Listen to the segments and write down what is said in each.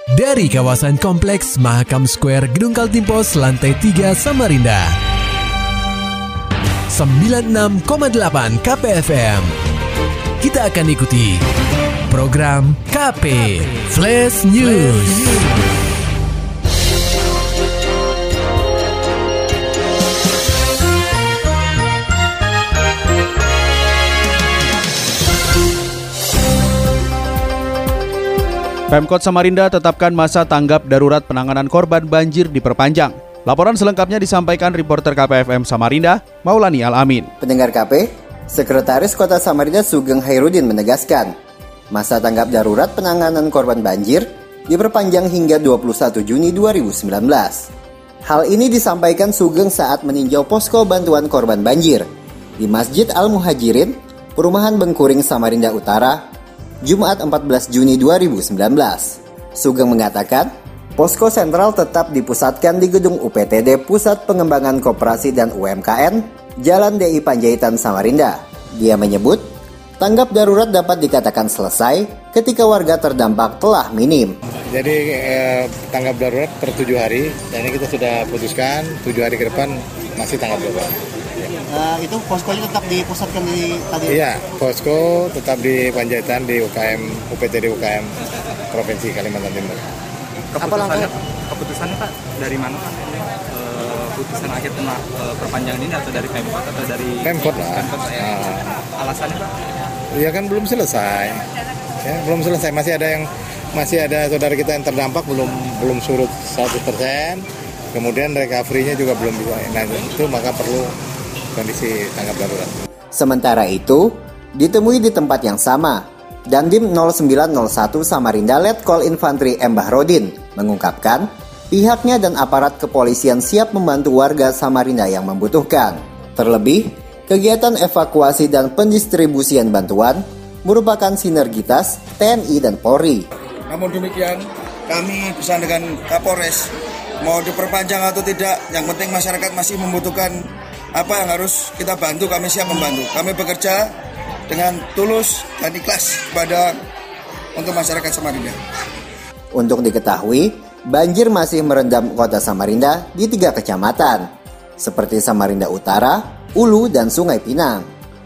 Dari kawasan Kompleks Mahakam Square Gedung Kaltim Pos Lantai 3 Samarinda. 96,8 KPFM. Kita akan ikuti program KP Flash News. Pemkot Samarinda tetapkan masa tanggap darurat penanganan korban banjir diperpanjang. Laporan selengkapnya disampaikan reporter KPFM Samarinda, Maulani Al-Amin. Pendengar KP, Sekretaris Kota Samarinda Sugeng Hairudin menegaskan, masa tanggap darurat penanganan korban banjir diperpanjang hingga 21 Juni 2019. Hal ini disampaikan Sugeng saat meninjau posko bantuan korban banjir di Masjid Al-Muhajirin, Perumahan Bengkuring Samarinda Utara, Jumat 14 Juni 2019. Sugeng mengatakan, posko sentral tetap dipusatkan di gedung UPTD Pusat Pengembangan Koperasi dan UMKM, Jalan DI Panjaitan Samarinda. Dia menyebut, tanggap darurat dapat dikatakan selesai ketika warga terdampak telah minim. Jadi tanggap darurat per 7 hari, dan ini kita sudah putuskan 7 hari ke depan masih tanggap darurat. Itu poskonya tetap dipusatkan di tadi? Iya, posko tetap di Panjaitan di UKM, UPTD UKM Provinsi Kalimantan Timur. Keputusannya Pak dari mana Pak? Keputusan akhir perpanjangan ini atau dari Pemkot atau dari Pemkot lah. Alasannya Pak? Ya kan belum selesai. Ya, belum selesai, masih ada saudara kita yang terdampak belum surut 100%. Kemudian recovery-nya juga belum bisa. Nah, itu maka perlu kondisi tanggap darurat. Sementara itu, ditemui di tempat yang sama, Dandim 0901 Samarinda Letkol Infantri M. Bahrodin mengungkapkan pihaknya dan aparat kepolisian siap membantu warga Samarinda yang membutuhkan. Terlebih, kegiatan evakuasi dan pendistribusian bantuan merupakan sinergitas TNI dan Polri. Namun demikian, kami bersama dengan Kapolres, mau diperpanjang atau tidak, yang penting masyarakat masih membutuhkan apa yang harus kita bantu, kami siap membantu. Kami bekerja dengan tulus dan ikhlas untuk masyarakat Samarinda. Untuk diketahui, banjir masih merendam kota Samarinda di 3 kecamatan, seperti Samarinda Utara, Ulu, dan Sungai Pinang.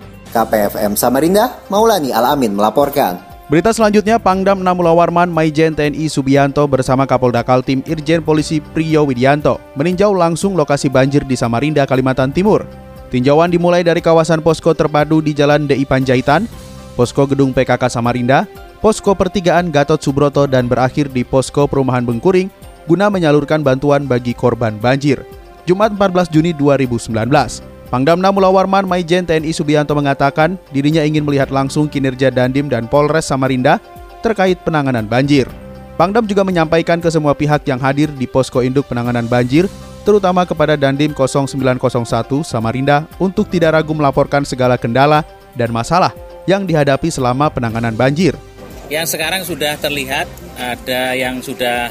KPFM Samarinda, Maulani Al-Amin melaporkan. Berita selanjutnya, Pangdam 6 Mulawarman Maijen TNI Subianto bersama Kapolda Kaltim Irjen Polisi Priyo Widianto meninjau langsung lokasi banjir di Samarinda, Kalimantan Timur. Tinjauan dimulai dari kawasan posko terpadu di Jalan DI Panjaitan, posko gedung PKK Samarinda, posko pertigaan Gatot Subroto, dan berakhir di posko Perumahan Bengkuring guna menyalurkan bantuan bagi korban banjir. Jumat 14 Juni 2019. Pangdam 6 Mulawarman Maijen TNI Subianto mengatakan dirinya ingin melihat langsung kinerja Dandim dan Polres Samarinda terkait penanganan banjir. Pangdam juga menyampaikan ke semua pihak yang hadir di posko induk penanganan banjir, terutama kepada Dandim 0901 Samarinda untuk tidak ragu melaporkan segala kendala dan masalah yang dihadapi selama penanganan banjir. Yang sekarang sudah terlihat ada yang sudah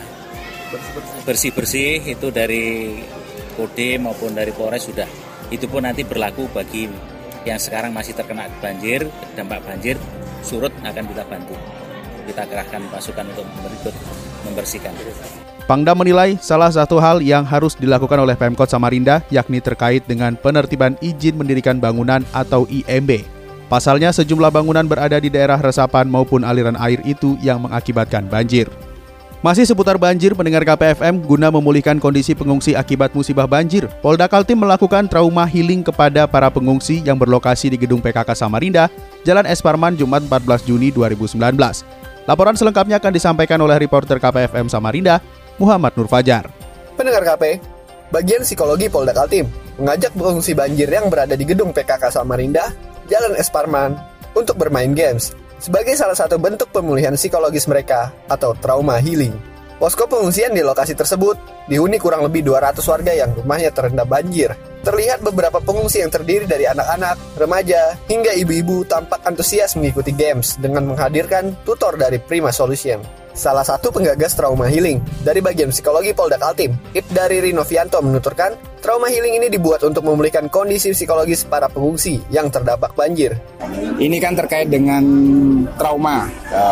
bersih-bersih, itu dari Kodim maupun dari Polres sudah. Itu pun nanti berlaku bagi yang sekarang masih terkena banjir, dampak banjir, surut akan kita bantu. Kita kerahkan pasukan untuk membersihkan. Pangdam menilai salah satu hal yang harus dilakukan oleh Pemkot Samarinda yakni terkait dengan penertiban izin mendirikan bangunan atau IMB. Pasalnya sejumlah bangunan berada di daerah resapan maupun aliran air itu yang mengakibatkan banjir. Masih seputar banjir, pendengar KPFM, guna memulihkan kondisi pengungsi akibat musibah banjir, Polda Kaltim melakukan trauma healing kepada para pengungsi yang berlokasi di gedung PKK Samarinda, Jalan S. Parman, Jumat 14 Juni 2019. Laporan selengkapnya akan disampaikan oleh reporter KPFM Samarinda, Muhammad Nur Fajar. Pendengar KP, bagian psikologi Polda Kaltim mengajak pengungsi banjir yang berada di gedung PKK Samarinda, Jalan S. Parman, untuk bermain games sebagai salah satu bentuk pemulihan psikologis mereka atau trauma healing. Posko pengungsian di lokasi tersebut dihuni kurang lebih 200 warga yang rumahnya terendam banjir. Terlihat beberapa pengungsi yang terdiri dari anak-anak, remaja, hingga ibu-ibu tampak antusias mengikuti games dengan menghadirkan tutor dari Prima Solution. Salah satu penggagas trauma healing dari bagian psikologi Polda Kaltim, Ibdari Rinovianto menuturkan, trauma healing ini dibuat untuk memulihkan kondisi psikologis para pengungsi yang terdampak banjir. Ini kan terkait dengan trauma.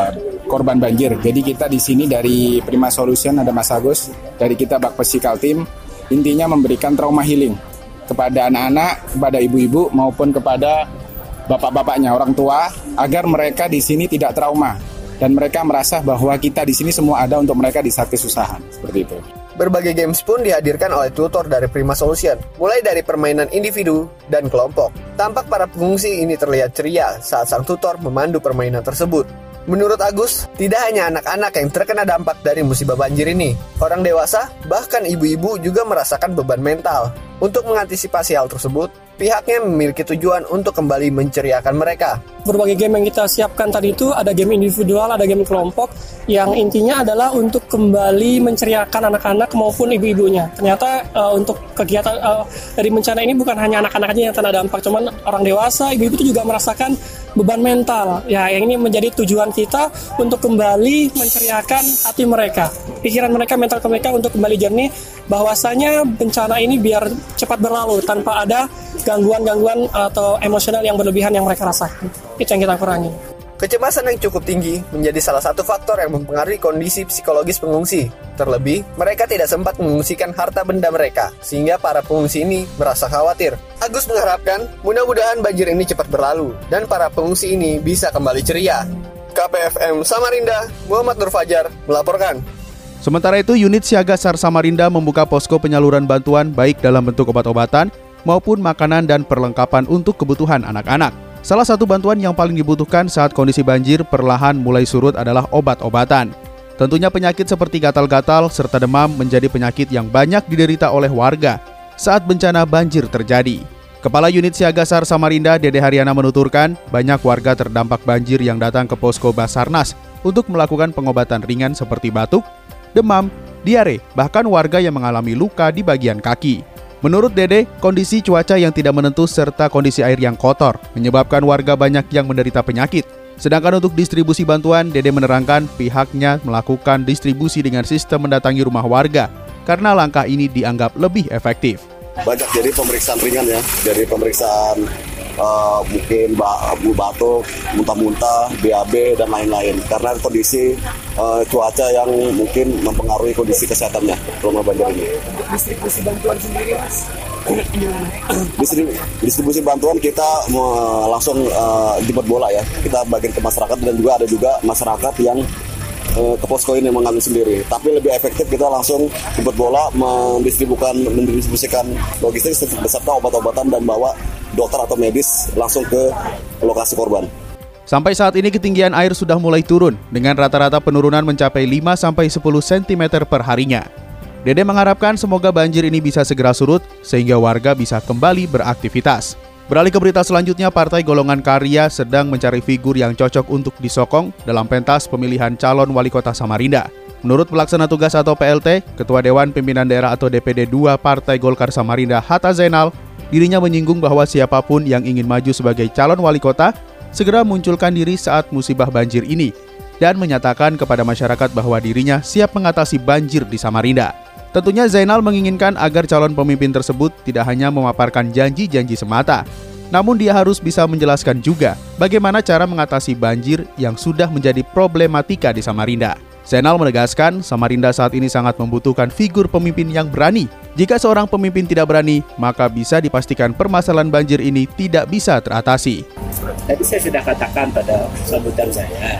korban banjir. Jadi kita di sini dari Prima Solution ada Mas Agus, dari kita Bakpesi Kaltim, intinya memberikan trauma healing kepada anak-anak, kepada ibu-ibu maupun kepada bapak-bapaknya, orang tua, agar mereka di sini tidak trauma dan mereka merasa bahwa kita di sini semua ada untuk mereka di saat kesusahan, seperti itu. Berbagai games pun dihadirkan oleh tutor dari Prima Solution, mulai dari permainan individu dan kelompok. Tampak para pengungsi ini terlihat ceria saat sang tutor memandu permainan tersebut. Menurut Agus, tidak hanya anak-anak yang terkena dampak dari musibah banjir ini. Orang dewasa, bahkan ibu-ibu juga merasakan beban mental. Untuk mengantisipasi hal tersebut, pihaknya memiliki tujuan untuk kembali menceriakan mereka. Berbagai game yang kita siapkan tadi itu ada game individual, ada game kelompok, yang intinya adalah untuk kembali menceriakan anak-anak maupun ibu-ibunya. Ternyata untuk kegiatan dari bencana ini bukan hanya anak-anak aja yang terkena dampak, cuman orang dewasa, ibu-ibu itu juga merasakan beban mental. Ya, yang ini menjadi tujuan kita untuk kembali menceriakan hati mereka, pikiran mereka, mental mereka untuk kembali jernih, bahwasanya bencana ini biar cepat berlalu tanpa ada gangguan-gangguan atau emosional yang berlebihan yang mereka rasakan. Itu yang kita kurangi. Kecemasan yang cukup tinggi menjadi salah satu faktor yang mempengaruhi kondisi psikologis pengungsi. Terlebih, mereka tidak sempat mengungsikan harta benda mereka, sehingga para pengungsi ini merasa khawatir. Agus mengharapkan mudah-mudahan banjir ini cepat berlalu, dan para pengungsi ini bisa kembali ceria. KPFM Samarinda, Muhammad Nur Fajar, melaporkan. Sementara itu, unit Siaga SAR Samarinda membuka posko penyaluran bantuan baik dalam bentuk obat-obatan maupun makanan dan perlengkapan untuk kebutuhan anak-anak. Salah satu bantuan yang paling dibutuhkan saat kondisi banjir perlahan mulai surut adalah obat-obatan. Tentunya penyakit seperti gatal-gatal serta demam menjadi penyakit yang banyak diderita oleh warga saat bencana banjir terjadi. Kepala Unit Siaga SAR Samarinda, Dede Haryana menuturkan, banyak warga terdampak banjir yang datang ke posko Basarnas untuk melakukan pengobatan ringan seperti batuk, demam, diare, bahkan warga yang mengalami luka di bagian kaki. Menurut Dede, kondisi cuaca yang tidak menentu serta kondisi air yang kotor menyebabkan warga banyak yang menderita penyakit. Sedangkan untuk distribusi bantuan, Dede menerangkan pihaknya melakukan distribusi dengan sistem mendatangi rumah warga karena langkah ini dianggap lebih efektif. Banyak jadi pemeriksaan ringan ya, jadi pemeriksaan mungkin batuk, muntah-muntah, BAB dan lain-lain karena kondisi cuaca yang mungkin mempengaruhi kondisi kesehatannya rumah banjir ini. Untuk distribusi bantuan sendiri, Mas? Distribusi bantuan kita langsung jemput bola ya, kita bagiin ke masyarakat dan juga ada masyarakat yang ke posko ini mengambil sendiri. Tapi lebih efektif kita langsung jemput bola, mendistribusikan logistik beserta obat-obatan dan bawa dokter atau medis langsung ke lokasi korban. Sampai saat ini ketinggian air sudah mulai turun dengan rata-rata penurunan mencapai 5-10 cm per harinya. Dede mengharapkan semoga banjir ini bisa segera surut sehingga warga bisa kembali beraktivitas. Beralih ke berita selanjutnya, Partai Golongan Karya sedang mencari figur yang cocok untuk disokong dalam pentas pemilihan calon wali kota Samarinda. Menurut pelaksana tugas atau PLT, Ketua Dewan Pimpinan Daerah atau DPD 2 Partai Golkar Samarinda Hatta Zainal, dirinya menyinggung bahwa siapapun yang ingin maju sebagai calon wali kota segera munculkan diri saat musibah banjir ini dan menyatakan kepada masyarakat bahwa dirinya siap mengatasi banjir di Samarinda. Tentunya Zainal menginginkan agar calon pemimpin tersebut tidak hanya memaparkan janji-janji semata, namun dia harus bisa menjelaskan juga bagaimana cara mengatasi banjir yang sudah menjadi problematika di Samarinda. Zainal menegaskan Samarinda saat ini sangat membutuhkan figur pemimpin yang berani. Jika seorang pemimpin tidak berani, maka bisa dipastikan permasalahan banjir ini tidak bisa teratasi. Tadi saya sudah katakan pada sambutan saya,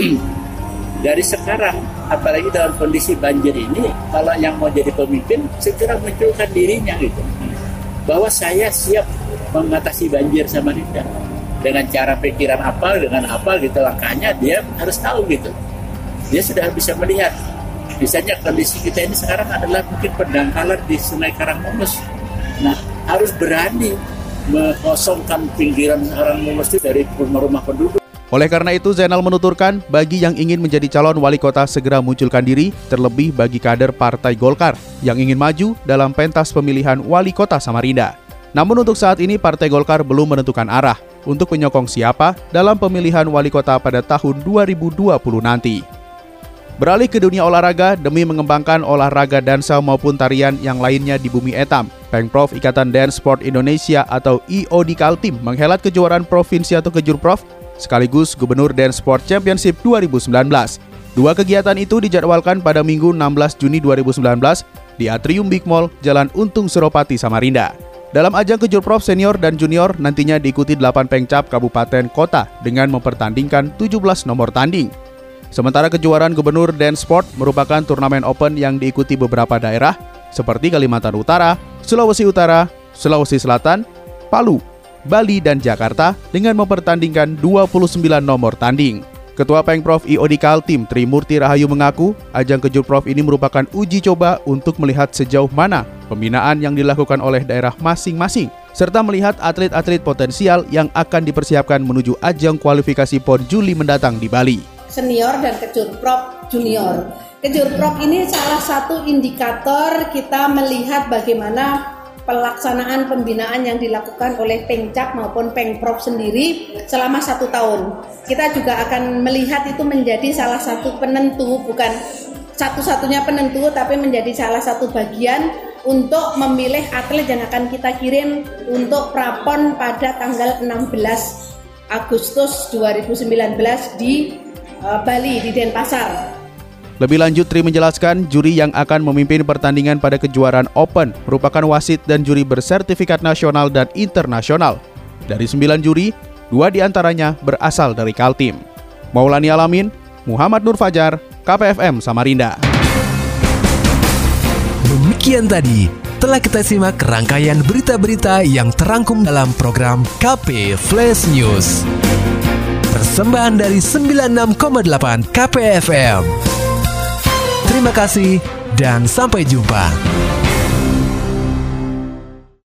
dari sekarang, apalagi dalam kondisi banjir ini, kalau yang mau jadi pemimpin, segera munculkan dirinya gitu. Bahwa saya siap mengatasi banjir Samarinda. Dengan cara pikiran apa, dengan apa gitu langkahnya, dia harus tahu gitu. Dia sudah bisa melihat. Misalnya kondisi kita ini sekarang adalah mungkin pendangkalan di Sungai Karangmungus. Nah, harus berani mengosongkan pinggiran Karangmungus itu dari rumah-rumah penduduk. Oleh karena itu, Zainal menuturkan bagi yang ingin menjadi calon wali kota segera munculkan diri, terlebih bagi kader Partai Golkar yang ingin maju dalam pentas pemilihan wali kota Samarinda. Namun untuk saat ini Partai Golkar belum menentukan arah untuk menyokong siapa dalam pemilihan wali kota pada tahun 2020 nanti. Beralih ke dunia olahraga, demi mengembangkan olahraga dansa maupun tarian yang lainnya di bumi etam, Pengprov Ikatan Dance Sport Indonesia atau IOD Kaltim menghelat kejuaraan provinsi atau Kejurprov sekaligus Gubernur Dance Sport Championship 2019. Dua kegiatan itu dijadwalkan pada Minggu 16 Juni 2019 di Atrium Big Mall, Jalan Untung Suropati, Samarinda. Dalam ajang Kejurprov senior dan junior nantinya diikuti 8 pengcap kabupaten kota dengan mempertandingkan 17 nomor tanding. Sementara kejuaraan Gubernur Dance Sport merupakan turnamen open yang diikuti beberapa daerah seperti Kalimantan Utara, Sulawesi Utara, Sulawesi Selatan, Palu, Bali, dan Jakarta dengan mempertandingkan 29 nomor tanding. Ketua Pengprov IOD Kaltim Trimurti Rahayu mengaku ajang Kejurprov ini merupakan uji coba untuk melihat sejauh mana pembinaan yang dilakukan oleh daerah masing-masing serta melihat atlet-atlet potensial yang akan dipersiapkan menuju ajang kualifikasi PON Juli mendatang di Bali. Senior dan Kejurprov junior. Kejurprov ini salah satu indikator kita melihat bagaimana pelaksanaan pembinaan yang dilakukan oleh Pengcap maupun Pengprov sendiri selama 1 tahun. Kita juga akan melihat itu menjadi salah satu penentu, bukan satu-satunya penentu, tapi menjadi salah satu bagian untuk memilih atlet yang akan kita kirim untuk prapon pada tanggal 16 Agustus 2019 di Bali, di Denpasar. Lebih lanjut, Tri menjelaskan juri yang akan memimpin pertandingan pada kejuaraan Open merupakan wasit dan juri bersertifikat nasional dan internasional. Dari 9 juri, 2 diantaranya berasal dari Kaltim. Maulani Alamin, Muhammad Nur Fajar, KPFM Samarinda. Demikian tadi telah kita simak rangkaian berita-berita yang terangkum dalam program KP Flash News. Persembahan dari 96,8 KPFM. Terima kasih dan sampai jumpa.